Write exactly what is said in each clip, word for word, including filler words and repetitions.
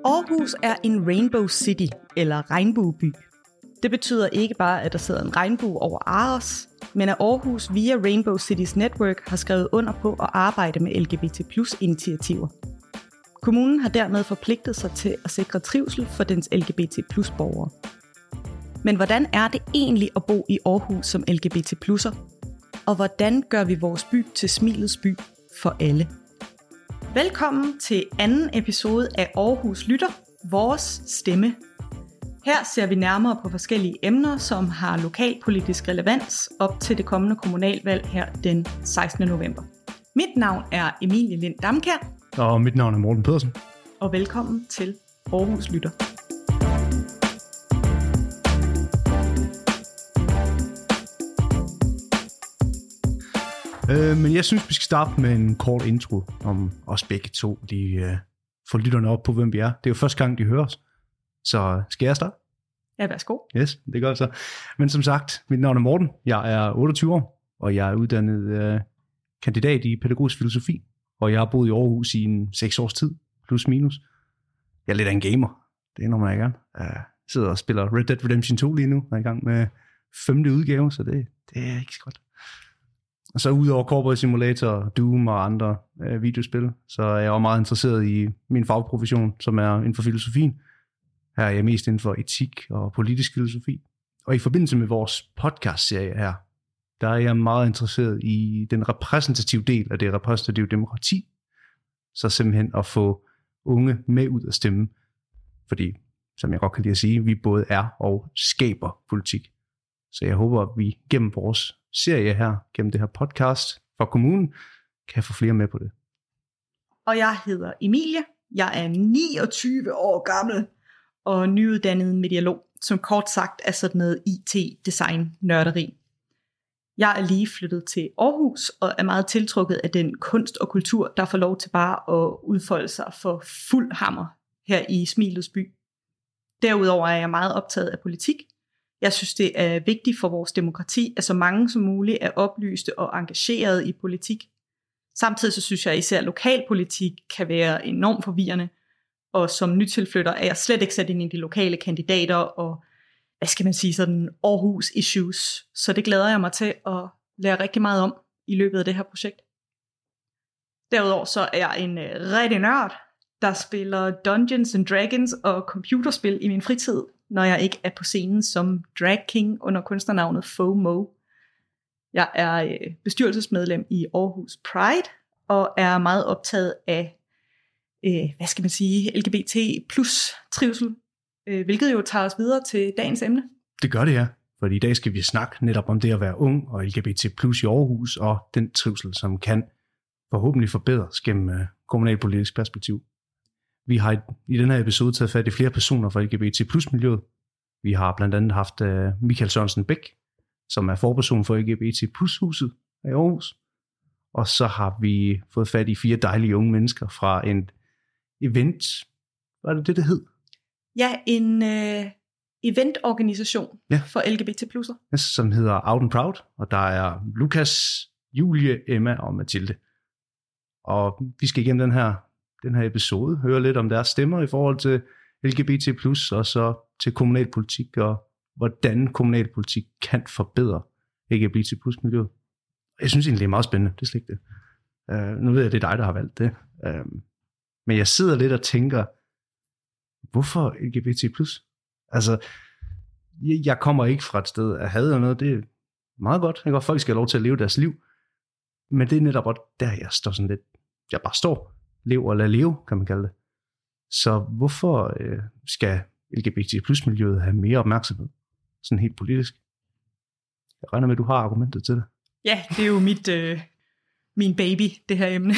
Aarhus er en Rainbow City, eller regnbueby. Det betyder ikke bare, at der sidder en regnbue over Aros, men at Aarhus via Rainbow Cities Network har skrevet under på at arbejde med L G B T plus initiativer. Kommunen har dermed forpligtet sig til at sikre trivsel for dens L G B T plus borgere. Men hvordan er det egentlig at bo i Aarhus som L G B T plusser? Og hvordan gør vi vores by til smilets by for alle? Velkommen til anden episode af Aarhus Lytter, vores stemme. Her ser vi nærmere på forskellige emner, som har lokalpolitisk relevans op til det kommende kommunalvalg her den sekstende november. Mit navn er Emilie Lind Damkjær. Og mit navn er Morten Pedersen. Og velkommen til Aarhus Lytter. Øh, men jeg synes, vi skal starte med en kort intro om os begge to. Lige uh, få lytterne op på, hvem vi er. Det er jo første gang, de hører os. Så skal jeg starte? Ja, værsgo. Yes, det gør jeg så. Men som sagt, mit navn er Morten. Jeg er otteogtyve år, og jeg er uddannet uh, kandidat i pædagogisk filosofi. Og jeg har boet i Aarhus i en seks års tid, plus minus. Jeg er lidt af en gamer. Det indrømmer jeg gerne. Jeg sidder og spiller Red Dead Redemption to lige nu. Jeg er i gang med femte udgave, så det, det er ikke så godt. Og så udover Corporate Simulator, Doom og andre øh, videospil, så er jeg også meget interesseret i min fagprofession, som er inden for filosofien. Her er jeg mest inden for etik og politisk filosofi. Og i forbindelse med vores podcast-serie her, der er jeg meget interesseret i den repræsentative del af det repræsentative demokrati. Så simpelthen at få unge med ud at stemme. Fordi, som jeg godt kan lide at sige, vi både er og skaber politik. Så jeg håber, at vi gennem vores serie her, gennem det her podcast fra kommunen, kan få flere med på det. Og jeg hedder Emilie. Jeg er niogtyve år gammel og nyuddannet medialog, som kort sagt er sådan noget I T-design-nørderi. Jeg er lige flyttet til Aarhus og er meget tiltrukket af den kunst og kultur, der får lov til bare at udfolde sig for fuld hammer her i Smilets by. Derudover er jeg meget optaget af politik. Jeg synes, det er vigtigt for vores demokrati, at så mange som muligt er oplyste og engageret i politik. Samtidig så synes jeg, at især lokalpolitik kan være enormt forvirrende, og som nytilflytter er jeg slet ikke sat ind i de lokale kandidater og, hvad skal man sige, sådan Aarhus issues. Så det glæder jeg mig til at lære rigtig meget om i løbet af det her projekt. Derudover så er jeg en rigtig nørd, der spiller Dungeons and Dragons og computerspil i min fritid, når jeg ikke er på scenen som drag king under kunstnernavnet FOMO. Jeg er bestyrelsesmedlem i Aarhus Pride, og er meget optaget af, øh, hvad skal man sige, L G B T plus trivsel, øh, hvilket jo tager os videre til dagens emne. Det gør det, ja. For i dag skal vi snakke netop om det at være ung og L G B T plus i Aarhus, og den trivsel, som kan forhåbentlig forbedres gennem øh, kommunalpolitisk perspektiv. Vi har i, i den her episode taget fat i flere personer fra L G B T plus miljøet. Vi har blandt andet haft uh, Michael Sørensen Bæk, som er forperson for L G B T plus huset i Aarhus. Og så har vi fået fat i fire dejlige unge mennesker fra en event. Hvad er det, det, det hed? Ja, en uh, eventorganisation ja. for L G B T plusser. Yes, som hedder Out and Proud. Og der er Lukas, Julie, Emma og Mathilde. Og vi skal igennem den her den her episode, høre lidt om deres stemmer i forhold til L G B T plus, og så til kommunalpolitik, og hvordan kommunalpolitik kan forbedre L G B T plus miljøet. Jeg synes egentlig, det er meget spændende, det er slet ikke det. Uh, nu ved jeg, det er dig, der har valgt det. Uh, men jeg sidder lidt og tænker, hvorfor L G B T plus? Altså, jeg, jeg kommer ikke fra et sted af had eller noget, det er meget godt. Jeg kan godt, folk skal have lov til at leve deres liv, men det er netop også der, jeg står sådan lidt, jeg bare står. Lev og lad leve, kan man kalde det. Så hvorfor øh, skal L G B T plus miljøet have mere opmærksomhed? Sådan helt politisk. Jeg regner med, at du har argumentet til det. Ja, det er jo mit, øh, min baby, det her emne.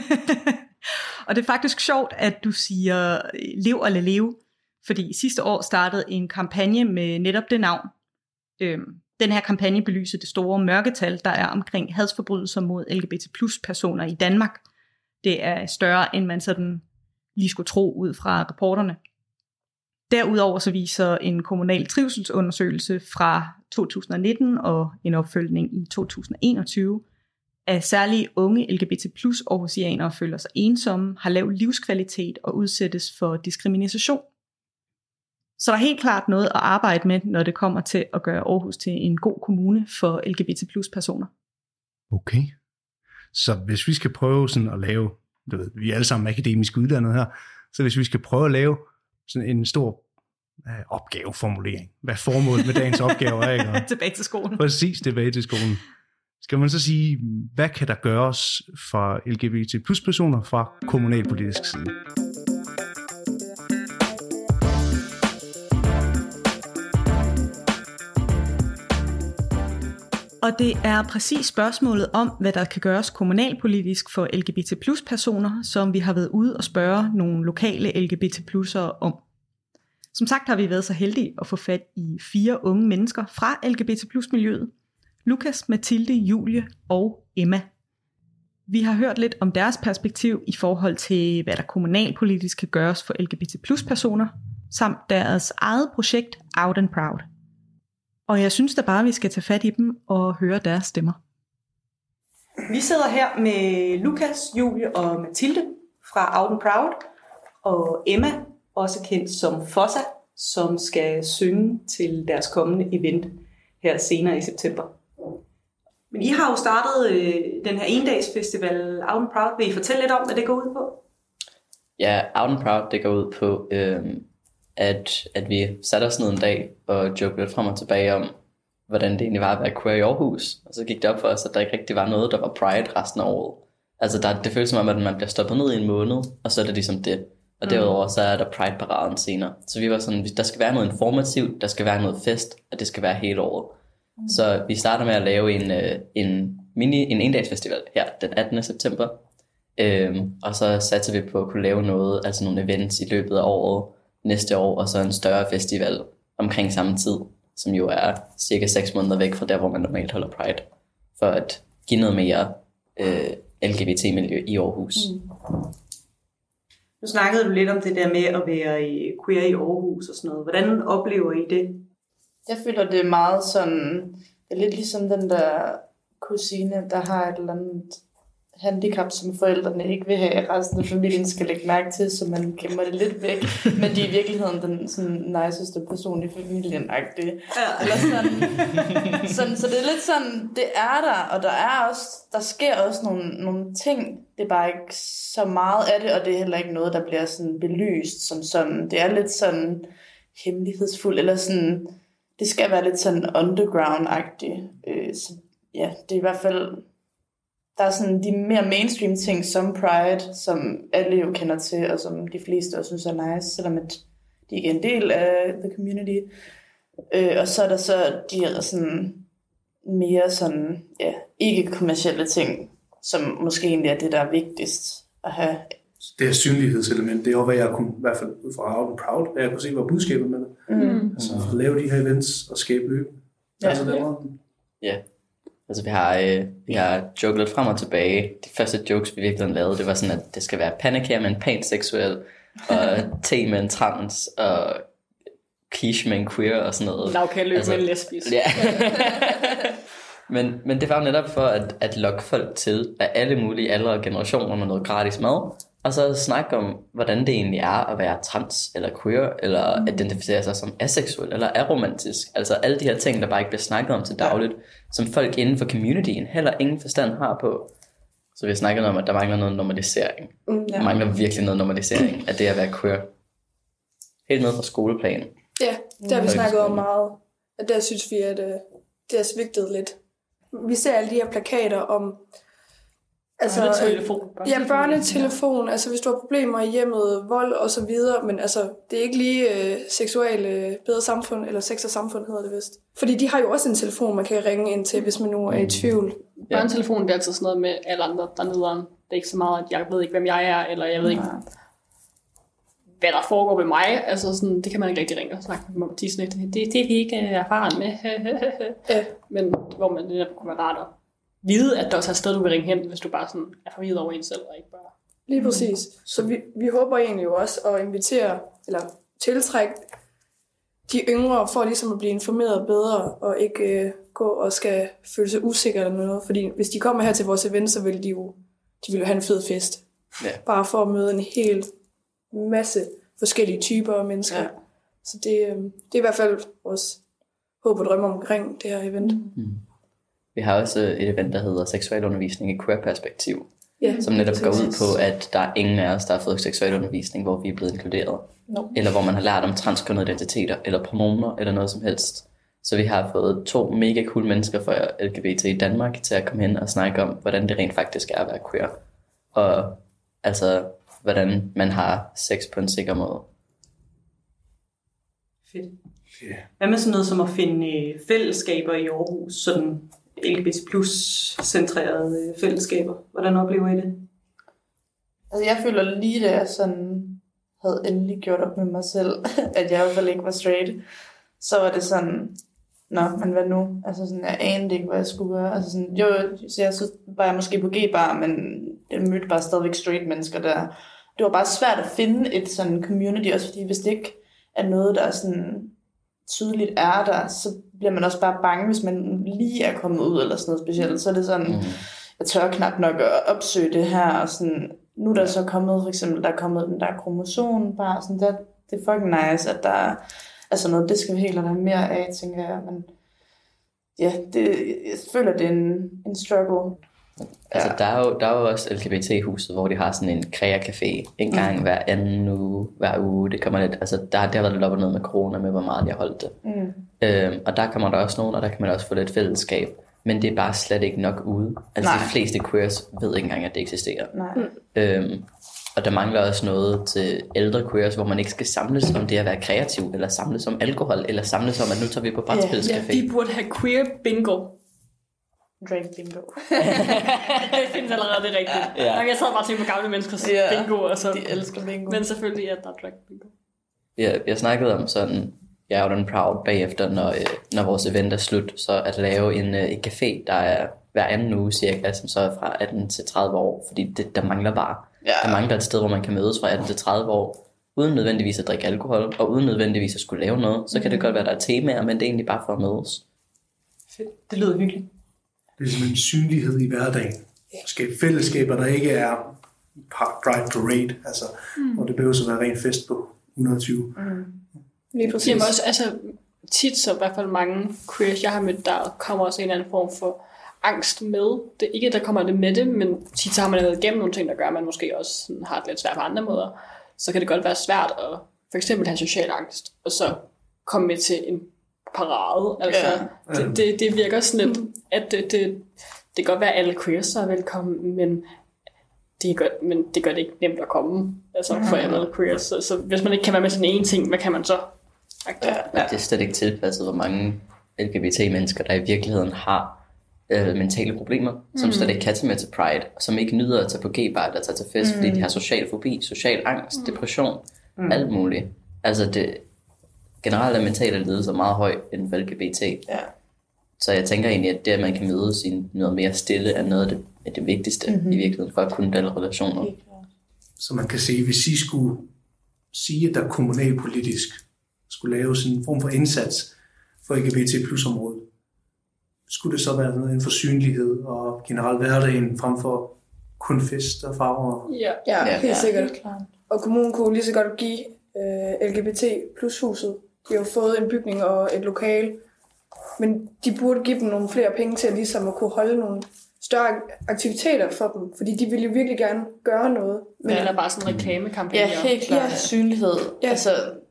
Og det er faktisk sjovt, at du siger lev og lad leve. Fordi sidste år startede en kampagne med netop det navn. Øhm, den her kampagne belyser det store mørketal, der er omkring hadsforbrydelser mod L G B T plus personer i Danmark. Det er større, end man sådan lige skulle tro ud fra rapporterne. Derudover så viser en kommunal trivselsundersøgelse fra to tusind nitten og en opfølgning i to tusind enogtyve, at særligt unge L G B T plus aarhusianere føler sig ensomme, har lav livskvalitet og udsættes for diskrimination. Så der er helt klart noget at arbejde med, når det kommer til at gøre Aarhus til en god kommune for L G B T plus personer. Okay. Så hvis vi skal prøve sådan at lave, du ved, vi er alle sammen akademisk uddannet her, så hvis vi skal prøve at lave sådan en stor øh, opgaveformulering, hvad formålet med dagens opgave er, ikke? Tilbage til skolen. Præcis, tilbage til skolen. Skal man så sige, hvad kan der gøres for L G B T plus personer fra kommunalpolitisk side? Og det er præcis spørgsmålet om, hvad der kan gøres kommunalpolitisk for L G B T plus personer, som vi har været ude og spørge nogle lokale L G B T plusere om. Som sagt har vi været så heldige at få fat i fire unge mennesker fra L G B T plus miljøet. Lukas, Mathilde, Julie og Emma. Vi har hørt lidt om deres perspektiv i forhold til, hvad der kommunalpolitisk kan gøres for L G B T plus personer, samt deres eget projekt Out and Proud. Og jeg synes da bare, vi skal tage fat i dem og høre deres stemmer. Vi sidder her med Lukas, Julie og Mathilde fra Out and Proud, og Emma, også kendt som Fossa, som skal synge til deres kommende event her senere i september. Men I har jo startet øh, den her endagsfestival Out and Proud. Vil I fortælle lidt om, hvad det går ud på? Ja, Out and Proud, det går ud på, øh, at, at vi satte os ned en dag og jokede lidt frem og tilbage om, hvordan det egentlig var at være queer i Aarhus. Og så gik det op for os, at der ikke rigtig var noget, der var pride resten af året. Altså der, det føles som om, at man bliver stoppet ned i en måned, og så er det ligesom det. Og derudover så er der Pride-paraden senere. Så vi var sådan, der skal være noget informativt, der skal være noget fest, og det skal være hele året. Mm. Så vi starter med at lave en, en mini, en endagsfestival her den attende september. Øhm, og så satser vi på at kunne lave noget, altså nogle events i løbet af året næste år, og så en større festival omkring samme tid, som jo er cirka seks måneder væk fra der, hvor man normalt holder Pride, for at give noget mere øh, L G B T-miljø i Aarhus. Mm. Nu snakkede du lidt om det der med at være queer i Aarhus og sådan noget. Hvordan oplever I det? Jeg føler, det er meget sådan, det er lidt ligesom den der kusine, der har et eller andet handicap, som forældrene ikke vil have, at resten af familien skal lægge mærke til, så man gemmer det lidt væk. Men de er i virkeligheden den sådan niceste person i familien-agtige. Ja. Eller sådan. sådan. Så det er lidt sådan, det er der, og der er også, der sker også nogle, nogle ting. Det er bare ikke så meget af det, og det er heller ikke noget, der bliver sådan belyst som sådan. Det er lidt sådan hemmelighedsfuldt, eller sådan, det skal være lidt sådan underground-agtigt. Øh, så ja, det er i hvert fald, der er sådan de mere mainstream ting som Pride, som alle jo kender til, og som de fleste også synes er nice, selvom at de ikke er en del af the community. Øh, og så er der så de sådan mere sådan, ja, ikke-kommercielle ting, som måske egentlig er det, der er vigtigst at have. Det her synlighedselement, det er også, hvad jeg kunne, i hvert fald ud fra Out and Proud, hvad jeg kunne se, var budskabet med det. Mm. Altså at lave de her events og skabe løb. Ja. Altså, det var... ja. Altså vi har, øh, vi har joket lidt frem og tilbage. De første jokes, vi virkelig lavede, det var sådan, at det skal være pandekager med en panseksuel, og te med en trans, og quiche med en queer og sådan noget. Lavkaldøb altså, med en lesbisk. Ja. men, men det var jo netop for at, at lokke folk til af alle mulige aldre og generationer med noget gratis mad, og så snakke om, hvordan det egentlig er at være trans eller queer, eller mm. identificere sig som aseksuel eller aromantisk. Altså alle de her ting, der bare ikke bliver snakket om til dagligt, som folk inden for communityen heller ingen forstand har på. Så vi har snakket om, at der mangler noget normalisering. Mm, ja. Der mangler virkelig noget normalisering af det at være queer. Helt ned fra skoleplanen. Ja, det har vi snakket om meget. Og der synes vi, at det har svigtet lidt. Vi ser alle de her plakater om altså, børnetelefon. Ja, børnetelefon. Altså hvis du har problemer i hjemmet, vold og så videre. Men altså, det er ikke lige øh, seksuelle bedre samfund, eller sex og samfund hedder det vist. Fordi de har jo også en telefon, man kan ringe ind til, hvis man nu er i tvivl. Ja. Børnetelefonen, det er altid sådan noget med alle andre dernede. Det er ikke så meget, at jeg ved ikke, hvem jeg er, eller jeg ved ikke, hvad der foregår ved mig. Altså sådan, det kan man ikke rigtig ringe og snakke med Mathisen efter. Det, det er vi ikke erfaren med. Ja. Men hvor man det kunne være rart at vide, at der også er et sted, du vil ringe hen, hvis du bare sådan er forvirret over en selv, og ikke bare... Lige præcis. Så vi, vi håber egentlig jo også at invitere, eller tiltrække de yngre får ligesom at blive informeret bedre, og ikke øh, gå og skal føle sig usikre eller noget. Fordi hvis de kommer her til vores event, så vil de jo, de vil jo have en fed fest. Ja. Bare for at møde en hel masse forskellige typer af mennesker. Ja. Så det, øh, det er i hvert fald vores håb og drømme omkring det her event. Mm. Vi har også et event, der hedder seksualundervisning i queer-perspektiv, Ja, som netop går ud præcis. på, at der er ingen af os, der har fået seksualundervisning, hvor vi er blevet inkluderet. No. Eller hvor man har lært om transkønnede identiteter, eller pronomer, eller noget som helst. Så vi har fået to mega cool mennesker fra L G B T i Danmark til at komme hen og snakke om, hvordan det rent faktisk er at være queer. Og altså, hvordan man har sex på en sikker måde. Fedt. Ja. Hvad med sådan noget som at finde øh, fællesskaber i Aarhus, sådan L G B T plus centrerede øh, fællesskaber? Hvordan oplever I det? Altså jeg føler lige, da jeg sådan havde endelig gjort op med mig selv, at jeg i hvert fald ikke var straight, så var det sådan, nå, men hvad nu? Altså sådan, jeg anede ikke, hvad jeg skulle gøre. Altså sådan, jo, så, jeg, så var jeg måske på G-bar, men jeg mødte bare stadigvæk straight mennesker der. Det var bare svært at finde et sådan community, også fordi hvis det ikke er noget, der er sådan tydeligt er der, så bliver man også bare bange, hvis man lige er kommet ud eller sådan noget specielt. Så er det sådan, mm. jeg tør knap nok at opsøge det her, og sådan, nu er der så kommet, for eksempel, der er kommet den der kromosom, bare sådan, der, det er fucking nice, at der er sådan noget, det skal vi helt have mere af, tænker jeg, men ja, det, jeg føler, det er en, en struggle. Altså, der er, jo, der er jo også L G B T-huset, hvor de har sådan en krea-café en gang mm. hver anden uge, hver uge. Det kommer lidt, altså, der, det har været lidt op og ned med corona, med hvor meget de har holdt det. Mm. Øhm, og der kommer der også nogen, og der kan man også få lidt fællesskab. Men det er bare slet ikke nok ude. Altså, Nej. De fleste queers ved ikke engang, at det eksisterer. Nej. Øhm, og der mangler også noget til ældre queers, hvor man ikke skal samles om det at være kreativ, eller samles om alkohol, eller samles om, at nu tager vi på brætspilscafé. Ja, de burde have queer bingo. Drag bingo. Det findes allerede, det er rigtigt. Ja. Jeg sad bare og tænkte på gamle menneskers Ja, bingo. Og så. De elsker bingo. Men selvfølgelig er der drag bingo. Ja, jeg snakkede om sådan, jeg er jo den proud bagefter, når, øh, når vores event er slut, så at lave en, øh, en café, der er hver anden uge cirka, som så er fra atten til tredive år, fordi det, der mangler bare. Ja. Der mangler et sted, hvor man kan mødes fra atten til tredive år, uden nødvendigvis at drikke alkohol, og uden nødvendigvis at skulle lave noget. Så kan det godt være, der er temaer, men det er egentlig bare for at mødes. Fedt. Det lyder hyggeligt. Det er simpelthen synlighed i hverdagen. Skabe fællesskaber, der ikke er drive parade, altså, mm. hvor det behøver så være rent fest på hundrede og tyve. Mm. Lige præcis. Jamen også, altså, tit så i hvert fald mange queers, jeg har mødt, der kommer også en eller anden form for angst med. Det er ikke, der kommer det med det, men tit så har man været igennem nogle ting, der gør, at man måske også sådan, har det lidt svært på andre måder. Så kan det godt være svært at for eksempel have social angst, og så komme med til en parade. Altså, Ja. det, det, det virker sådan lidt, at det, det, det kan godt være, at alle queers er velkommen, men det, gør, men det gør det ikke nemt at komme altså, for alle queers. Så, så hvis man ikke kan være med sådan en ting, hvad kan man så? Ja. Ja. Det er slet ikke tilpasset, hvor mange L G B T-mennesker, der i virkeligheden har øh, mentale problemer, mm. som slet ikke kan tage med til Pride, og som ikke nyder at tage på G-bar eller tage til fest, mm. fordi de har social fobi, social angst, mm. depression, mm. alt muligt. Altså det generelt er mentale lidelser meget højt inden for L G B T. Ja. Så jeg tænker egentlig, at det, at man kan mødes i noget mere stille, er noget af det, er det vigtigste mm-hmm. i virkeligheden, for at kunne danne relationer. Så man kan se, hvis I skulle sige, at der kommunalpolitisk skulle lave sådan en form for indsats for L G B T plus området, skulle det så være noget inden for synlighed og generelt hverdagen frem for kun fest og farver? Ja, ja, Ja. helt sikkert. Helt klart. Og kommunen kunne lige så godt give øh, L G B T plus huset. De har jo fået en bygning og et lokale, men de burde give dem nogle flere penge til at, ligesom at kunne holde nogle større aktiviteter for dem, fordi de ville jo virkelig gerne gøre noget. Men eller bare sådan en reklamekampagne. Ja, helt klart. Ja. Synlighed. Ja. Altså,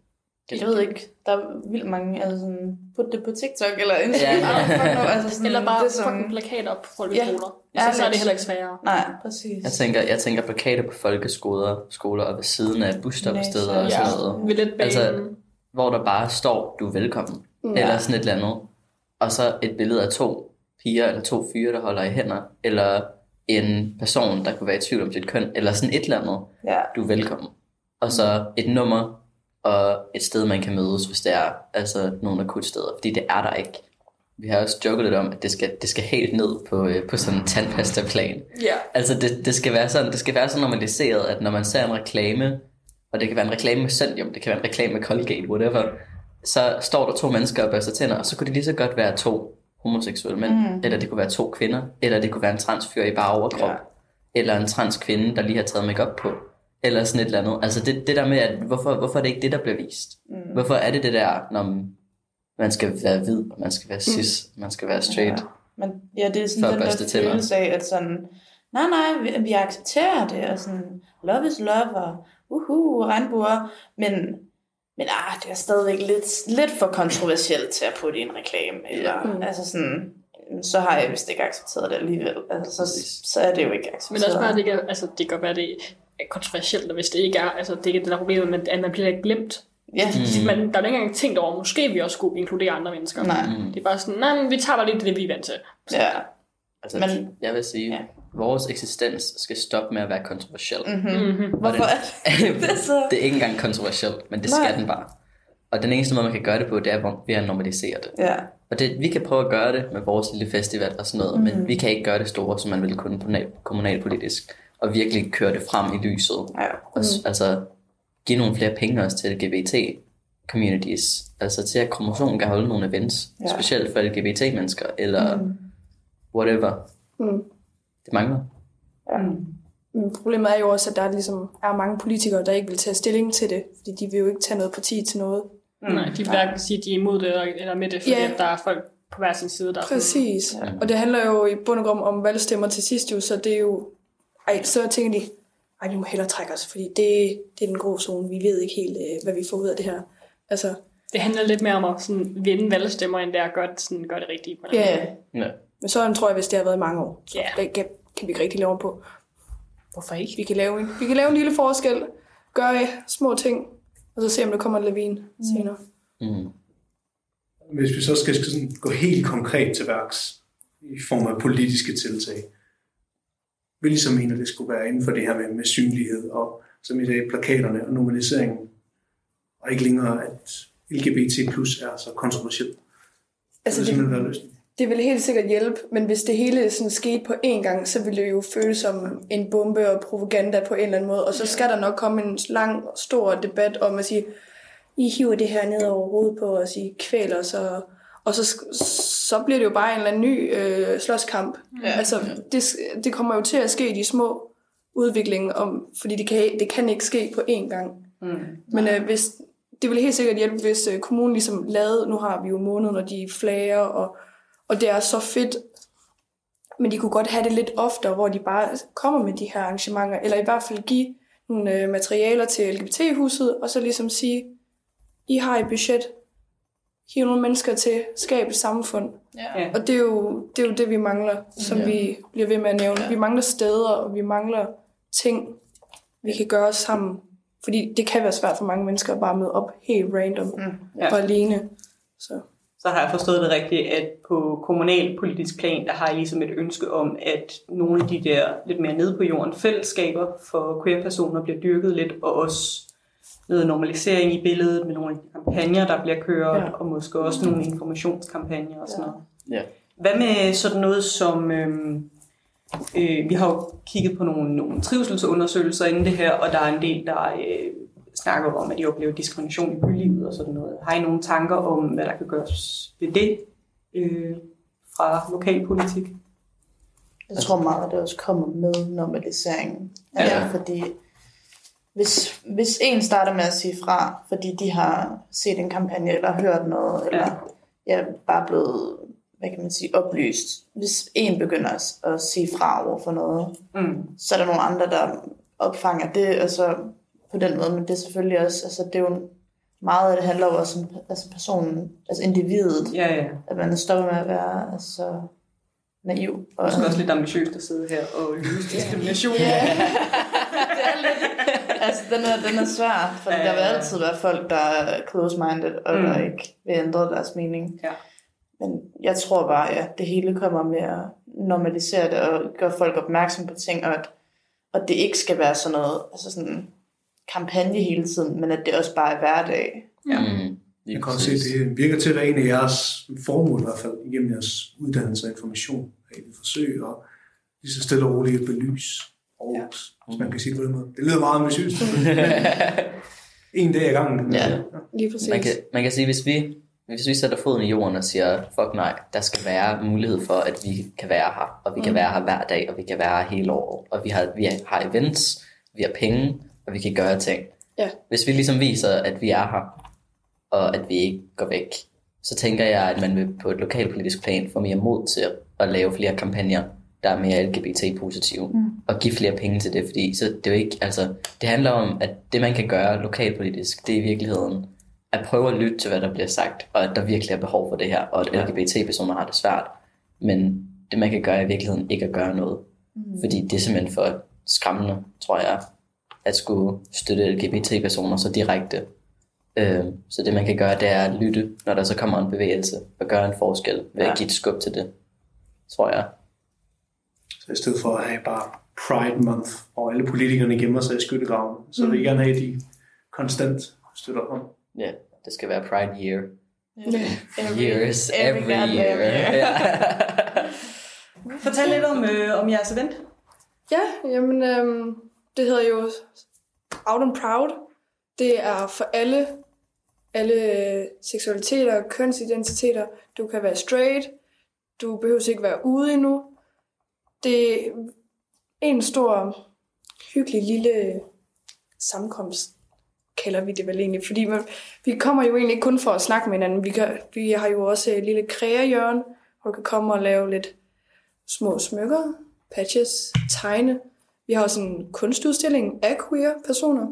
jeg ved ikke, der er vildt mange, altså sådan, put det på TikTok eller Instagram. Ja. Ja. Altså sådan, Eller bare det er fucking sådan, plakater op på folkeskoler. Ja. Ja, Ja, så, så er det lidt. heller ikke sværere. nej, præcis. Jeg tænker, jeg tænker plakater på folkeskoler skoler og ved siden af busstoppesteder og sådan noget. Ved lidt banen. Altså, hvor der bare står, du er velkommen, Ja. eller sådan et eller andet. Og så et billede af to piger eller to fyre, der holder i hænder, eller en person, der kunne være i tvivl om sit køn, eller sådan et eller andet, Ja. du er velkommen. Og så et nummer, og et sted, man kan mødes, hvis der er altså nogle akutsteder, fordi det er der ikke. Vi har også joket lidt om, at det skal, det skal helt ned på, øh, på sådan en tandpasta-plan. Ja. Altså det, det, skal være sådan, det skal være så normaliseret, at når man ser en reklame, og det kan være en reklame med Sendium, det kan være en reklame med Colgate, whatever, så står der to mennesker og børster tænder, og så kunne det lige så godt være to homoseksuelle mænd, mm. eller det kunne være to kvinder, eller det kunne være en transfyr i bare overkrop, ja. Eller en transkvinde, der lige har taget makeup på, eller sådan et eller andet. Altså det, det der med, at hvorfor, hvorfor er det ikke det, der bliver vist? Mm. Hvorfor er det det der, når man skal være hvid, og man skal være cis, mm. man skal være straight? Ja. Men ja, det er sådan den der følelse af, at sådan, nej, nej, vi, vi accepterer det, og sådan, love is love, og uhu, regnbuer, men, men ah, det er stadigvæk lidt, lidt for kontroversielt til at putte i en reklame, eller, mm. altså sådan, så har jeg vist ikke accepteret det alligevel, altså, så, så er det jo ikke accepteret. Men også bare, det kan, altså, det kan være, det er kontroversielt, og hvis det ikke er, altså, det er ikke det der problem, men at man bliver glemt. Ja. Mm. Man, der er jo ikke engang tænkt over, måske vi også skulle inkludere andre mennesker. Nej. Mm. Det er bare sådan, nej, men vi tager bare lidt det, vi er vant til. Så. Ja. Altså, men, jeg vil sige, ja. Vores eksistens skal stoppe med at være kontroversiel. Mm-hmm. Mm-hmm. Hvorfor er det, det så? Det er ikke engang kontroversielt, men det nej. Skal den bare. Og den eneste måde, man kan gøre det på, det er ved at normalisere det. Ja. Og det, vi kan prøve at gøre det med vores lille festival og sådan noget, mm-hmm. men vi kan ikke gøre det store, som man ville kunne kommunalpolitisk. Og virkelig køre det frem i lyset. Ja. Og altså give nogle flere penge også til L G B T communities. Altså til at kromosomen kan holde nogle events. Ja. Specielt for L G B T-mennesker. Eller mm. whatever. Mm. Det mangler. Ja. Men problemet er jo også, at der ligesom er mange politikere, der ikke vil tage stilling til det. Fordi de vil jo ikke tage noget parti til noget. Mm. Nej, de vil hverken sige, at de er imod det eller med det, fordi ja. der er folk på hver sin side. Der præcis. Sådan, ja. Og det handler jo i bund og grund om valgstemmer til sidst jo, så det er jo... Ej, så tænker de, ej, vi må hellere trække os, fordi det, det er den grå zone. Vi ved ikke helt, hvad vi får ud af det her. Altså, det handler lidt mere om at sådan, vinde valgstemmer, end det er at gøre det, sådan, gøre det rigtigt. På ja, ja. Men sådan tror jeg, hvis det har været i mange år, så yeah. det kan, kan vi ikke rigtig lave om på. Hvorfor ikke? Vi kan lave en, vi kan lave en lille forskel, gøre små ting, og så se, om der kommer en lavine mm. senere. Mm. Hvis vi så skal sådan gå helt konkret til værks, i form af politiske tiltag, vil ligesom mene, at det skulle være inden for det her med, med synlighed, og som i dag plakaterne og normaliseringen, og ikke længere, at L G B T plus er så kontroversielt. Altså det, det, det ville helt sikkert hjælpe, men hvis det hele sådan skete på én gang, så ville det jo føles som en bombe og propaganda på en eller anden måde, og så skal der nok komme en lang, stor debat om at sige, I hiver det her ned over hovedet på os, I kvæler os, og, og så, så bliver det jo bare en eller anden ny øh, slåskamp. Ja. Altså, det, det kommer jo til at ske i de små udviklinger, om, fordi det kan, det kan ikke ske på én gang. Mm. Men øh, hvis, det ville helt sikkert hjælpe, hvis øh, kommunen ligesom lavede, nu har vi jo måneder, når de flager, og, og det er så fedt, men de kunne godt have det lidt oftere, hvor de bare kommer med de her arrangementer, eller i hvert fald give nogle øh, materialer til L G B T-huset, og så ligesom sige, I har et budget, hive nogle mennesker til, skabe et samfund. Ja. Og det er, jo, det er jo det, vi mangler, som ja. vi bliver ved med at nævne. Ja. Vi mangler steder, og vi mangler ting, vi kan gøre sammen. Fordi det kan være svært for mange mennesker at bare møde op helt random mm. ja. og alene. Så. Så har jeg forstået det rigtigt, at på kommunalpolitisk plan, der har jeg ligesom et ønske om, at nogle af de der lidt mere nede på jorden fællesskaber for queer-personer bliver dyrket lidt, og også noget normalisering i billedet med nogle kampagner, der bliver kørt, ja. Og måske også nogle informationskampagner og sådan noget. Ja. Hvad med sådan noget som, øhm, øh, vi har jo kigget på nogle, nogle trivselsundersøgelser inden det her, og der er en del, der øh, snakker om, at de oplever diskrimination i bylivet og sådan noget. Har I nogle tanker om, hvad der kan gøres ved det øh, fra lokalpolitik? Jeg tror meget, at det også kommer med normaliseringen. Altså, ja. Fordi hvis, hvis en starter med at sige fra, fordi de har set en kampagne, eller hørt noget, eller ja, bare blevet, hvad kan man sige, oplyst. Hvis en begynder at sige fra over for noget, mm. så er der nogle andre, der opfanger det, altså på den måde, men det er selvfølgelig også, altså det er jo meget af det handler jo også om altså personen, altså individet, ja, ja. At man stopper med at være altså naiv. Og det er også lidt ambitiøst at sidde her og lyse diskrimination. Ja, yeah. Det er lidt, altså den er, den er svær, for ja, der vil altid være folk, der er close-minded, og mm. der ikke vil ændre deres mening. Ja. Men jeg tror bare, at ja, det hele kommer med at normalisere det, og gøre folk opmærksom på ting, og at og det ikke skal være sådan noget, altså sådan kampagne hele tiden, men at det også bare er hverdag. Ja. Mm. Jeg kan også se, at det virker til at være en af jeres formål, i hvert fald igennem jeres uddannelse og information, at I forsøger at lige så stille og roligt at belyse Aarhus, ja. Hvis man kan sige det på den måde. Det lyder meget ambitiøst. en dag ad gangen. Ja. Lige præcis. Man kan, man kan sige, hvis vi, hvis vi sætter foden i jorden og siger, fuck nej, der skal være mulighed for, at vi kan være her, og vi kan mm. være her hver dag, og vi kan være her hele året, og vi har, vi har events, vi har penge, og vi kan gøre ting. Ja. Hvis vi ligesom viser, at vi er her, og at vi ikke går væk, så tænker jeg, at man vil på et lokalpolitisk plan få mere mod til at lave flere kampagner, der er mere L G B T-positive, mm. og give flere penge til det, fordi så det er jo ikke, altså, det handler om, at det man kan gøre lokalpolitisk, det er i virkeligheden at prøve at lytte til, hvad der bliver sagt, og at der virkelig er behov for det her, og at L G B T-personer har det svært, men det man kan gøre i virkeligheden ikke at gøre noget, mm. fordi det er simpelthen for skræmmende, tror jeg, at skulle støtte L G B T-personer så direkte. Øh, så det man kan gøre, det er at lytte, når der så kommer en bevægelse, og gøre en forskel ved ja. at give et skub til det, tror jeg. Så i stedet for at have bare Pride Month, og alle politikerne gemmer sig i skyttegraven, så mm. vil jeg gerne have, at de konstant støtter om. Ja, yeah, det skal være Pride Year. Every, Years, every, every year. year. Yeah. Fortæl lidt om, øh, om jeres event. Ja, jamen, øhm, det hedder jo Out and Proud. Det er for alle, alle seksualiteter, kønsidentiteter. Du kan være straight, du behøver ikke være ude endnu. Det er en stor, hyggelig lille sammenkomst, kalder vi det vel egentlig. Fordi man, vi kommer jo egentlig ikke kun for at snakke med hinanden. Vi, kan, vi har jo også et lille kreahjørne, hvor du kan komme og lave lidt små smykker, patches, tegne. Vi har også en kunstudstilling af queer-personer.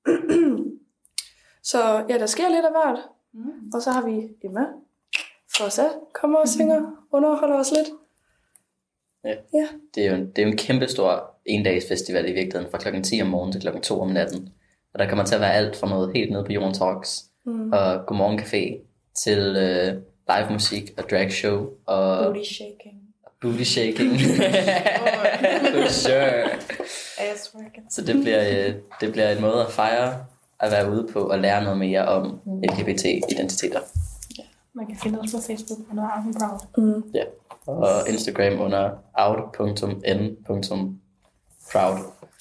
Så ja, der sker lidt af hvert. Mm. Og så har vi Emma Fossa, kommer og synger, underholder os lidt. Ja. ja. Det er jo en, det er jo en kæmpe stor endagsfestival i virkeligheden, fra klokken ti om morgenen til klokken to om natten. Og der kommer til at være alt fra noget helt nede på Jorden Talks, mm. og Godmorgen Café, til uh, live musik og drag show. Og booty shaking. Booty shaking. For sure. Ass working. Så det bliver, det bliver en måde at fejre, at være ude på og lære noget mere om L G B T-identiteter. Ja, man kan finde os på Facebook under Out and Proud. Mm. Ja, og Instagram under out punktum n punktum proud.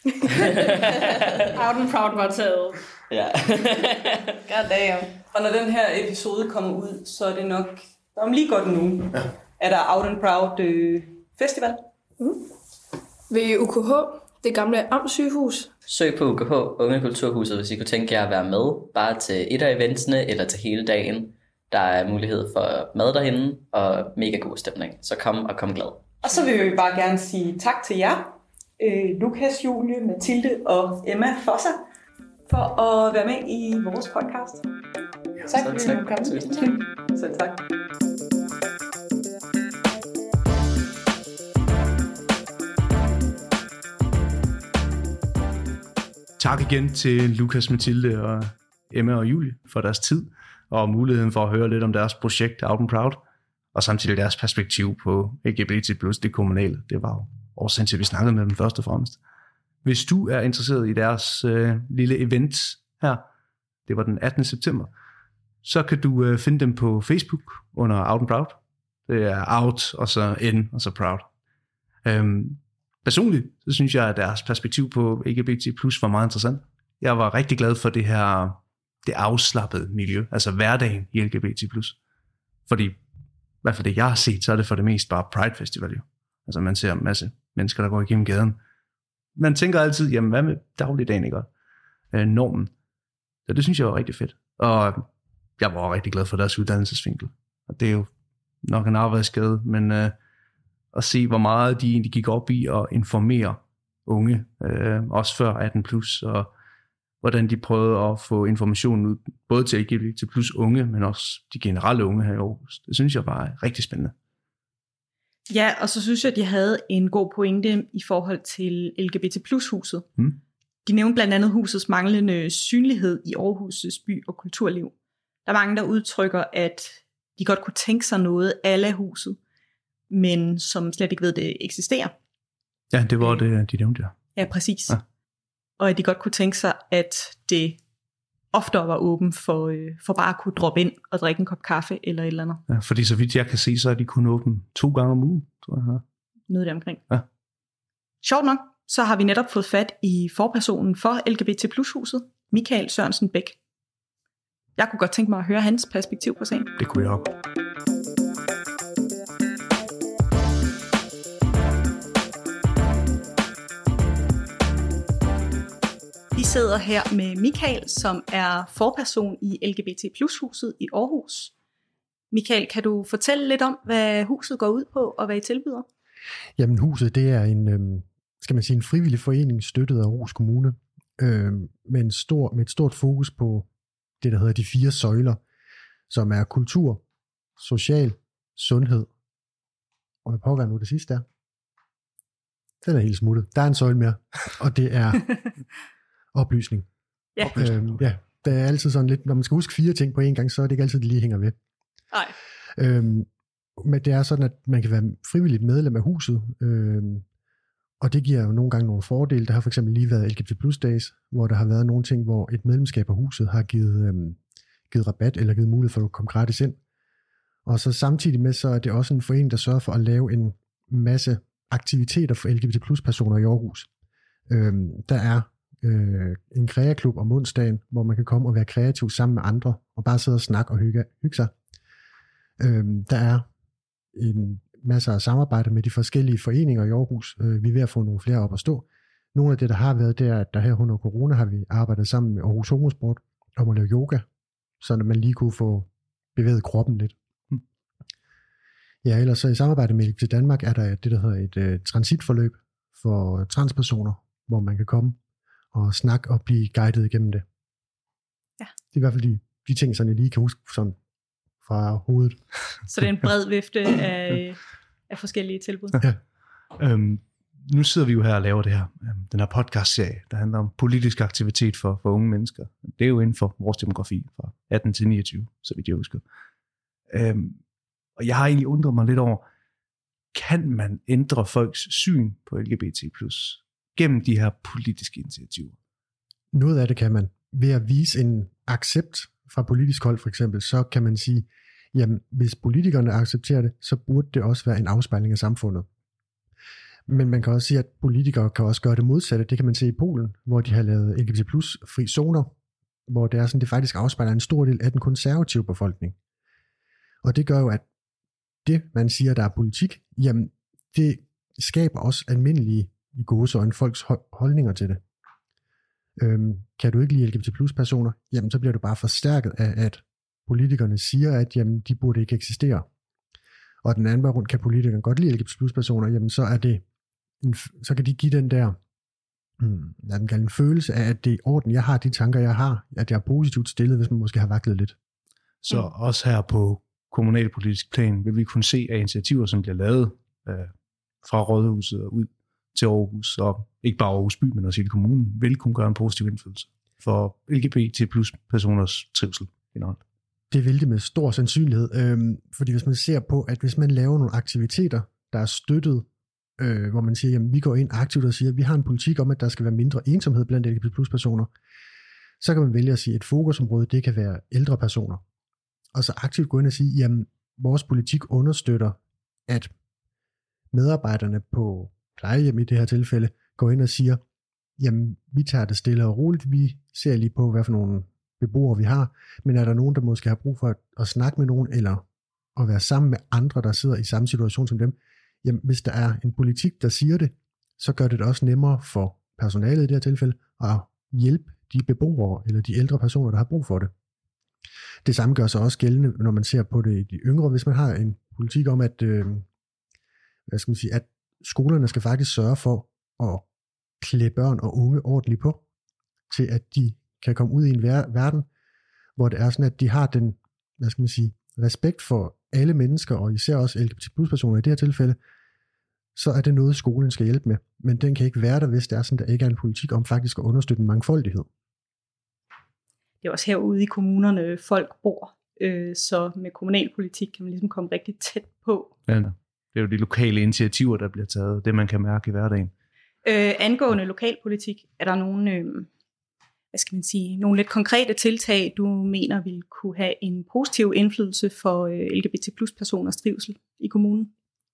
Out and Proud var taget. Ja. God damn. Og når den her episode kommer ud, så er det nok om lige godt nu. Ja. Er der Out and Proud øh, Festival? Mm. Ved U K H, det gamle amtssygehus. Søg på U K H, Unge Kulturhuset, hvis I kunne tænke jer at være med, bare til et af eventsene, eller til hele dagen. Der er mulighed for mad derinde, og mega god stemning. Så kom og kom glad. Og så vil vi bare gerne sige tak til jer, øh, Lukas, Julie, Mathilde og Emma Fossa, for at være med i vores podcast. Ja, tak fordi tak. du kom. Selv tak. Tak igen til Lukas, Mathilde og Emma og Julie for deres tid og muligheden for at høre lidt om deres projekt Out and Proud, og samtidig deres perspektiv på L G B T plus det kommunale. Det var jo årsagen til, at vi snakkede med dem først og fremmest. Hvis du er interesseret i deres øh, lille event her, det var den attende september, så kan du øh, finde dem på Facebook under Out and Proud. Det er Out, og så N, og så Proud. Øhm, personligt, så synes jeg, at deres perspektiv på L G B T plus var meget interessant. Jeg var rigtig glad for det her, det afslappede miljø, altså hverdagen i L G B T plus. Fordi, i hvert fald det jeg har set, så er det for det mest bare Pride Festival jo. Altså man ser en masse mennesker, der går igennem gaden. Man tænker altid, jamen hvad med dagligdagen, ikke? Øh, normen. Så det synes jeg var rigtig fedt. Og jeg var rigtig glad for deres uddannelsesvinkel. Og det er jo nok en arbejdsskade, men øh, at se, hvor meget de egentlig gik op i at informere unge, øh, også før atten plus, og hvordan de prøvede at få informationen ud, både til L G B T plus unge, men også de generelle unge her i Aarhus. Det synes jeg var rigtig spændende. Ja, og så synes jeg, at de havde en god pointe i forhold til L G B T plus huset. Hmm. De nævnte blandt andet husets manglende synlighed i Aarhus' by- og kulturliv. Der er mange, der udtrykker, at de godt kunne tænke sig noget af huset, men som slet ikke ved, det eksisterer. Ja, det var det, de nævnte, ja. Ja, præcis. Ja. Og at de godt kunne tænke sig, at det oftere var åben for, øh, for bare at kunne droppe ind og drikke en kop kaffe eller et eller andet. Ja, fordi så vidt jeg kan se, så er de kun åbent to gange om ugen, tror jeg. Ja. Noget der omkring. Ja. Sjovt nok, så har vi netop fået fat i forpersonen for L G B T plus huset, Michael Sørensen Bæk. jeg kunne godt tænke mig at høre hans perspektiv på sagen. Det kunne jeg også. Vi sidder her med Michael, som er forperson i L G B T plus huset i Aarhus. Michael, kan du fortælle lidt om, hvad huset går ud på, og hvad I tilbyder? Jamen, huset, det er en, øhm, skal man sige, en frivillig forening støttet af Aarhus Kommune, øhm, med, en stor, med et stort fokus på det, der hedder de fire søjler, som er kultur, social, sundhed, og hvad pågår nu det sidste er? Den er helt smuttet. Der er en søjle mere, og det er oplysning. Ja. Øhm, ja, det er altid sådan lidt, når man skal huske fire ting på en gang, så er det ikke altid, det lige hænger ved. Nej. Øhm, men det er sådan, at man kan være frivilligt medlem af huset, øhm, og det giver jo nogle gange nogle fordele. Der har for eksempel lige været L G B T plus days, hvor der har været nogle ting, hvor et medlemskab af huset har givet, øhm, givet rabat, eller givet mulighed for at komme gratis ind. Og så samtidig med, så er det også en forening, der sørger for at lave en masse aktiviteter for L G B T plus personer i Aarhus. Øhm, der er øh, en kreaklub om onsdagen, hvor man kan komme og være kreativ sammen med andre, og bare sidde og snakke og hygge, hygge sig. Øhm, der er en masse af samarbejde med de forskellige foreninger i Aarhus. Øh, vi er ved at få nogle flere op at stå. Nogle af det, der har været, det er, at der her under corona har vi arbejdet sammen med Aarhus Homosport om at lave yoga, så man lige kunne få bevæget kroppen lidt. Hmm. Ja, ellers så i samarbejde med L G B T Danmark er der det, der hedder et øh, transitforløb for transpersoner, hvor man kan komme og snakke og blive guidet igennem det. Ja. Det er i hvert fald de, de ting, som jeg lige kan huske sådan fra hovedet. Så det er en bred vifte af, af forskellige tilbud. Ja. Øhm, nu sidder vi jo her og laver det her, øhm, den her podcast-serie, der handler om politisk aktivitet for, for unge mennesker. Det er jo inden for vores demografi, fra atten til niogtyve, så vidt jeg husker. Øhm, og jeg har egentlig undret mig lidt over, kan man ændre folks syn på L G B T plus gennem de her politiske initiativer? Noget af det kan man. Ved at vise en accept fra politisk hold for eksempel, så kan man sige, jamen hvis politikerne accepterer det, så burde det også være en afspejling af samfundet. Men man kan også sige, at politikere kan også gøre det modsatte. Det kan man se i Polen, hvor de har lavet L G B T plus fri zoner, hvor det er sådan, det faktisk afspejler en stor del af den konservative befolkning. Og det gør jo, at det, man siger, der er politik, jamen det skaber også almindelige i gåseøjne folks holdninger til det. Øhm, kan du ikke lide L G B T plus personer, jamen så bliver du bare forstærket af, at politikerne siger, at jamen, de burde ikke eksistere. Og den anden vej rundt, kan politikerne godt lide L G B T plus personer, jamen så er det en, så kan de give den der hmm, lad den kalde en følelse af, at det er i orden, jeg har de tanker, jeg har, at jeg er positivt stillet, hvis man måske har vaklet lidt. Så mm. også her på kommunalpolitisk plan vil vi kunne se af initiativer, som bliver lavet øh, fra Rådhuset og ud til Aarhus, og ikke bare Aarhus by, men også hele kommunen, vil kunne gøre en positiv indflydelse for L G B T plus personers trivsel generelt. Det vil det med stor sandsynlighed, øhm, fordi hvis man ser på, at hvis man laver nogle aktiviteter, der er støttet, øh, hvor man siger, jamen vi går ind aktivt og siger, at vi har en politik om, at der skal være mindre ensomhed blandt L G B T plus personer, så kan man vælge at sige, at et fokusområde, det kan være ældre personer. Og så aktivt gå ind og sige, jamen vores politik understøtter, at medarbejderne på plejehjem i det her tilfælde, går ind og siger, jamen vi tager det stille og roligt, vi ser lige på, hvad for nogle beboere vi har, men er der nogen, der måske har brug for at, at snakke med nogen, eller at være sammen med andre, der sidder i samme situation som dem, jamen hvis der er en politik, der siger det, så gør det det også nemmere for personalet i det her tilfælde, at hjælpe de beboere, eller de ældre personer, der har brug for det. Det samme gør sig også gældende, når man ser på det i de yngre, hvis man har en politik om, at, øh, hvad skal man sige, at skolerne skal faktisk sørge for at klæde børn og unge ordentligt på, til at de kan komme ud i en ver- verden, hvor det er sådan, at de har den, hvad skal man sige, respekt for alle mennesker, og især også L G B T plus personer i det her tilfælde, så er det noget, skolen skal hjælpe med. Men den kan ikke være der, hvis det er sådan, der ikke er en politik om faktisk at understøtte en mangfoldighed. Det er også herude i kommunerne, folk bor, øh, så med kommunalpolitik kan man ligesom komme rigtig tæt på. Ja, det er jo de lokale initiativer, der bliver taget, det man kan mærke i hverdagen. Øh, angående lokalpolitik, er der nogle, øh, hvad skal man sige, nogle lidt konkrete tiltag, du mener vil kunne have en positiv indflydelse for øh, L G B T plus personers trivsel i kommunen?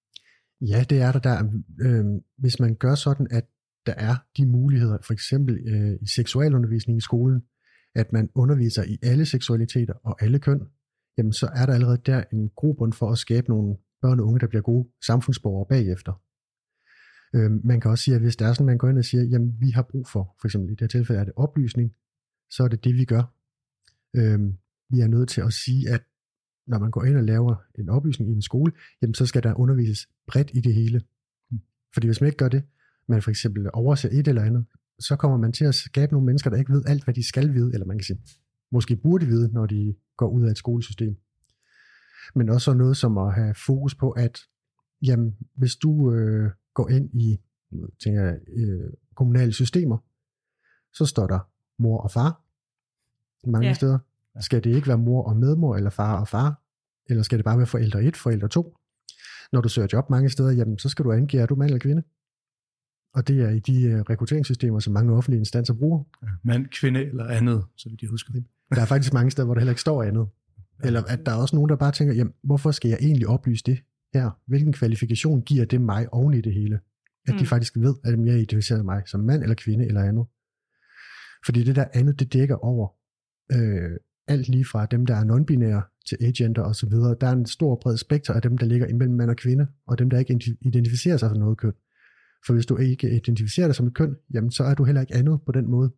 Ja, det er der. der øh, hvis man gør sådan, at der er de muligheder, for eksempel øh, i seksualundervisning i skolen, at man underviser i alle seksualiteter og alle køn, jamen så er der allerede der en grobund for at skabe nogle børn og unge, der bliver gode samfundsborgere bagefter. Øhm, man kan også sige, at hvis der er sådan, man går ind og siger, jamen vi har brug for, for eksempel i det her tilfælde er det oplysning, så er det det, vi gør. Øhm, vi er nødt til at sige, at når man går ind og laver en oplysning i en skole, jamen så skal der undervises bredt i det hele. Fordi hvis man ikke gør det, man for eksempel overser et eller andet, så kommer man til at skabe nogle mennesker, der ikke ved alt, hvad de skal vide, eller man kan sige, måske burde vide, når de går ud af et skolesystem. Men også noget som at have fokus på, at jamen, hvis du øh, går ind i tænker jeg, øh, kommunale systemer, så står der mor og far mange ja. steder. Skal det ikke være mor og medmor, eller far og far? Eller skal det bare være forældre et, forældre to? Når du søger job mange steder, jamen, så skal du angive, er du mand eller kvinde? Og det er i de uh, rekrutteringssystemer, som mange offentlige instanser bruger. Ja, mand, kvinde eller andet, så vidt jeg husker det. Der er faktisk mange steder, hvor der heller ikke står andet. Eller at der er også nogen, der bare tænker, jamen, hvorfor skal jeg egentlig oplyse det her? Hvilken kvalifikation giver det mig oven i det hele? At mm. de faktisk ved, at jeg identificerer mig som mand eller kvinde eller andet. Fordi det der andet, det dækker over øh, alt lige fra dem, der er non-binære til agenter og så videre. Der er en stor bred spekter af dem, der ligger imellem mand og kvinde, og dem, der ikke identificerer sig som noget køn. For hvis du ikke identificerer dig som et køn, jamen så er du heller ikke andet på den måde.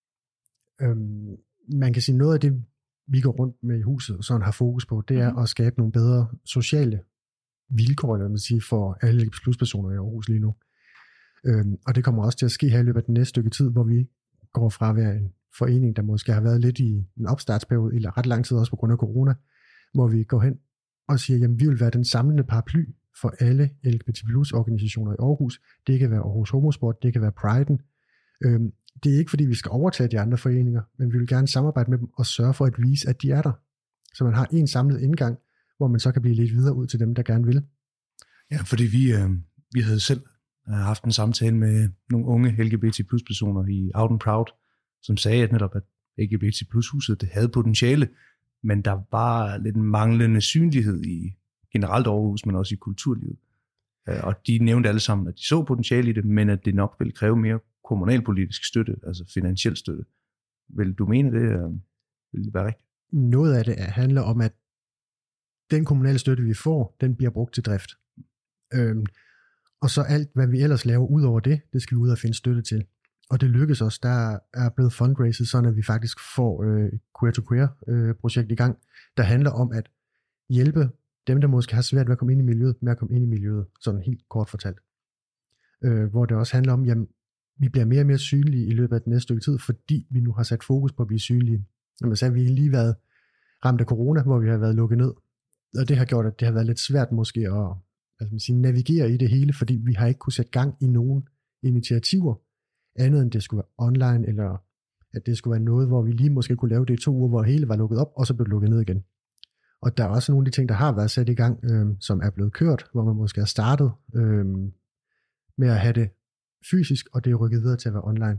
Øhm, man kan sige, noget af det, vi går rundt med i huset, og sådan har fokus på, det er mm. at skabe nogle bedre sociale vilkår, eller man siger, for alle L G B T plus personer i Aarhus lige nu. Øhm, og det kommer også til at ske her i løbet af den næste stykke tid, hvor vi går fra at være en forening, der måske har været lidt i en opstartsperiode, eller ret lang tid også på grund af corona, hvor vi går hen og siger, jamen vi vil være den samlende paraply for alle L G B T plus organisationer i Aarhus. Det kan være Aarhus Homosport, det kan være Pride'en. Øhm, det er ikke fordi, vi skal overtage de andre foreninger, men vi vil gerne samarbejde med dem og sørge for at vise, at de er der. Så man har en samlet indgang, hvor man så kan blive lidt videre ud til dem, der gerne vil. Ja, fordi vi, øh, vi havde selv øh, haft en samtale med nogle unge L G B T plus personer i Out and Proud, som sagde at netop, at L G B T plus huset det havde potentiale, men der var lidt en manglende synlighed i generelt Aarhus, men også i kulturlivet. Og de nævnte alle sammen, at de så potentiale i det, men at det nok ville kræve mere kommunalpolitisk støtte, altså finansiel støtte. Vil du mene det? Vil det være rigtigt? Noget af det handler om, at den kommunale støtte, vi får, den bliver brugt til drift. Øhm, og så alt, hvad vi ellers laver ud over det, det skal vi ud og finde støtte til. Og det lykkes os. Der er blevet fundraiset, sådan at vi faktisk får øh, et queer-to-queer-projekt øh, i gang, der handler om at hjælpe dem, der måske har svært ved at komme ind i miljøet, med at komme ind i miljøet, sådan helt kort fortalt. Øh, hvor det også handler om, jamen, vi bliver mere og mere synlige i løbet af den næste stykke tid, fordi vi nu har sat fokus på at blive synlige. Når så har vi lige været ramt af corona, hvor vi har været lukket ned, og det har gjort, at det har været lidt svært måske at altså man siger, navigere i det hele, fordi vi har ikke kunne sætte gang i nogen initiativer, andet end det skulle være online, eller at det skulle være noget, hvor vi lige måske kunne lave det i to uger, hvor hele var lukket op, og så blev det lukket ned igen. Og der er også nogle af de ting, der har været sat i gang, øh, som er blevet kørt, hvor man måske har startet øh, med at have det fysisk, og det er rykket videre til at være online.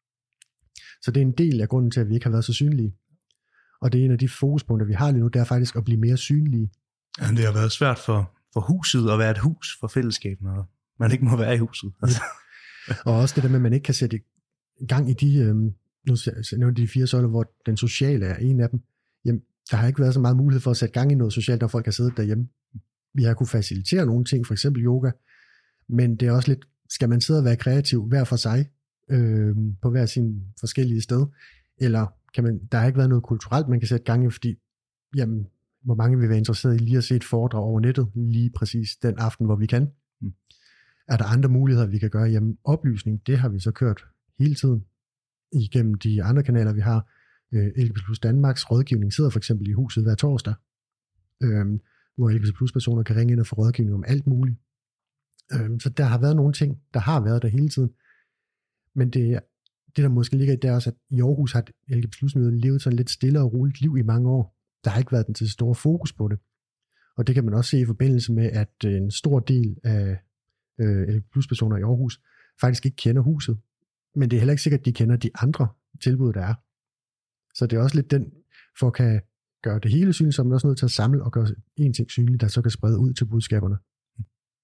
Så det er en del af grunden til, at vi ikke har været så synlige. Og det er en af de fokuspunkter, vi har lige nu, det er faktisk at blive mere synlige. Ja, det har været svært for, for huset at være et hus for fællesskabet, og man ikke må være i huset. Altså. Ja. Og også det der med, at man ikke kan sætte i gang i de, øh, nu nævner de fire søjler, hvor den sociale er en af dem. Jamen, der har ikke været så meget mulighed for at sætte gang i noget socialt, når folk har siddet derhjemme. Vi har kunnet facilitere nogle ting, for eksempel yoga, men det er også lidt, skal man sidde og være kreativ hver for sig, øh, på hver sin forskellige sted, eller kan man, der har ikke været noget kulturelt, man kan sætte gang i, fordi, jamen, hvor mange vil være interesseret i lige at se et foredrag over nettet, lige præcis den aften, hvor vi kan. Mm. Er der andre muligheder, vi kan gøre? Jamen, oplysning, det har vi så kørt hele tiden, igennem de andre kanaler, vi har. L G B T plus Danmarks rådgivning sidder for eksempel i huset hver torsdag, øhm, hvor L G B T plus personer kan ringe ind og få rådgivning om alt muligt. Øhm, så der har været nogle ting, der har været der hele tiden. Men det, det der måske ligger i, det er også, at i Aarhus har L G B T plus miljøet levet sådan lidt stille og roligt liv i mange år. Der har ikke været den til store fokus på det. Og det kan man også se i forbindelse med, at en stor del af øh, L G B T plus personer i Aarhus faktisk ikke kender huset. Men det er heller ikke sikkert, at de kender de andre tilbud, der er. Så det er også lidt den, for at kan gøre det hele synligt, så er man også nødt til at samle og gøre en ting synligt, der så kan sprede ud til budskaberne.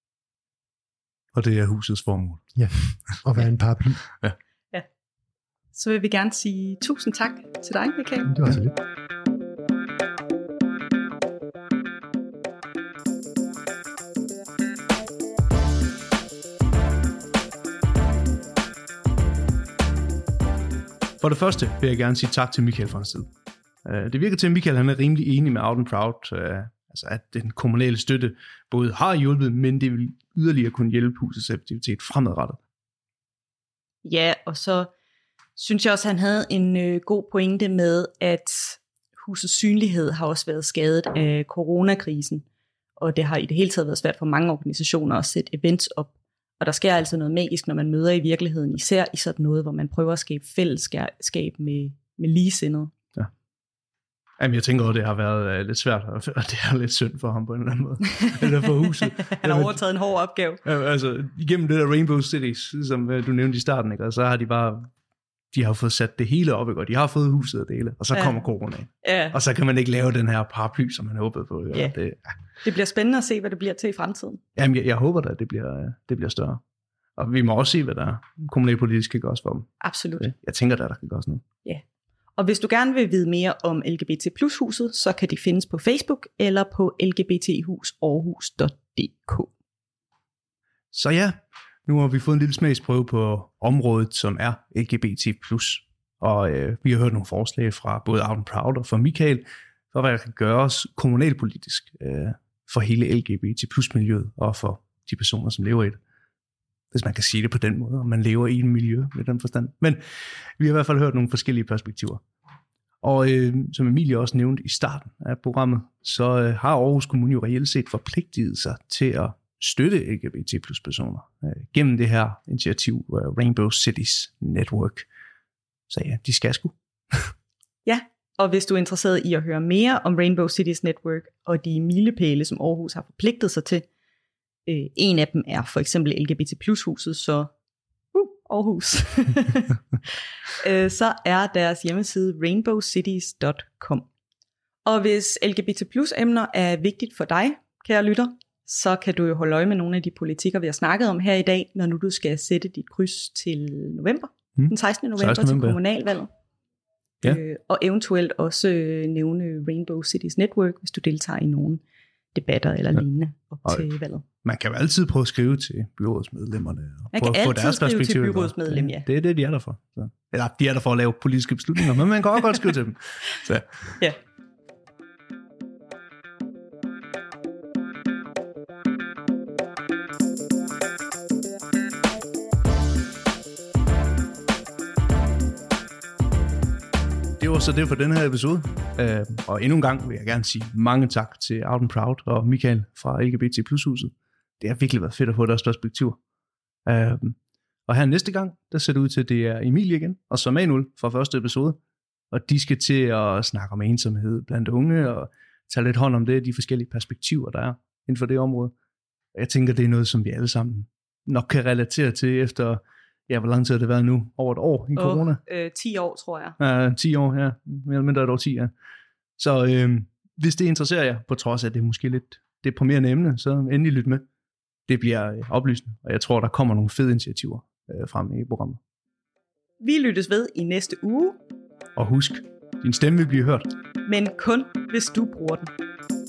Og det er husets formål. Ja, og være en paraply. Ja. Ja. så vil vi gerne sige tusind tak til dig, Michael. Det var så lidt. For det første vil jeg gerne sige tak til Michael fra hans side. Det virker til, at Michael han er rimelig enig med Out and Proud, altså at den kommunale støtte både har hjulpet, men det vil yderligere kunne hjælpe husets effektivitet fremadrettet. Ja, og så synes jeg også, at han havde en øh, god pointe med, at husets synlighed har også været skadet af coronakrisen, og det har i det hele taget været svært for mange organisationer at sætte events op. Og der sker altså noget magisk, når man møder i virkeligheden, især i sådan noget, hvor man prøver at skabe fællesskab med, med ligesindede. Ja. Jamen, jeg tænker også, det har været uh, lidt svært, og det er lidt synd for ham på en eller anden måde. Eller for huset. Han har overtaget en hård opgave. Ja, altså, igennem det der Rainbow Cities, som du nævnte i starten, ikke? Og så har de bare, de har fået sat det hele op, ikke? Og de har fået huset at dele, og så ja. kommer corona. Ja. Og så kan man ikke lave den her paraply, som man håbede på. Ja. Det, ja. det bliver spændende at se, hvad det bliver til i fremtiden. Jamen, jeg, jeg håber da, at det bliver, det bliver større. Og vi må også se, hvad der kommunalpolitisk kan gøres for dem. Absolut. Jeg tænker, der, der kan gøres noget. Ja. Og hvis du gerne vil vide mere om L G B T plus huset, så kan de findes på Facebook eller på l g b t hus aarhus punktum d k. Så ja, nu har vi fået en lille smagsprøve på området, som er L G B T plus. Og øh, vi har hørt nogle forslag fra både Out and Proud og fra Michael, for hvad der kan gøres kommunalpolitisk øh, for hele L G B T plus miljøet og for de personer, som lever i det. Hvis man kan sige det på den måde, og man lever i en miljø med den forstand. Men vi har i hvert fald hørt nogle forskellige perspektiver. Og øh, som Emilie også nævnte i starten af programmet, så øh, har Aarhus Kommune jo reelt set forpligtet sig til at støtte L G B T plus personer øh, gennem det her initiativ uh, Rainbow Cities Network. Så ja, de skal sgu. Ja, og hvis du er interesseret i at høre mere om Rainbow Cities Network og de milepæle, som Aarhus har forpligtet sig til, øh, en af dem er for eksempel L G B T plus huset, så uh, Aarhus. øh, så er deres hjemmeside rainbow cities punktum com. Og hvis L G B T plus emner er vigtigt for dig, kære lytter, så kan du jo holde øje med nogle af de politikker, vi har snakket om her i dag, når nu du skal sætte dit kryds til november, mm. den sekstende november, sekstende november til kommunalvalget. Ja. Øh, og eventuelt også øh, nævne Rainbow Cities Network, hvis du deltager i nogle debatter eller ja. lignende op og til valget. Man kan jo altid prøve at skrive til byrådsmedlemmerne og man prøve kan at få altid deres skrive perspektiv. til byrådsmedlem, ja. Det er det, de er der for. Så. Eller de er der for at lave politiske beslutninger, men man kan også godt skrive til dem. Så. Ja. Det var så det for den her episode. Uh, og endnu en gang vil jeg gerne sige mange tak til Out and Proud og Michael fra L G B T plus huset. Det har virkelig været fedt at få deres perspektiver. Uh, og her næste gang, der ser det ud til, at det er Emilie igen, og så Manuel fra første episode. Og de skal til at snakke om ensomhed blandt unge, og tage lidt hånd om det, de forskellige perspektiver, der er inden for det område. Og jeg tænker, det er noget, som vi alle sammen nok kan relatere til efter... Ja, hvor lang tid har det været nu? Over et år i corona? Og, øh, ti år, tror jeg. Ja, ti år, ja. Mere eller mindre et år ti, ja. Så øh, hvis det interesserer jer, på trods af, at det er måske lidt deprimerende emne, så endelig lyt med. Det bliver øh, oplysende, og jeg tror, der kommer nogle fede initiativer øh, frem i programmet. Vi lyttes ved i næste uge. Og husk, din stemme vil blive hørt. Men kun, hvis du bruger den.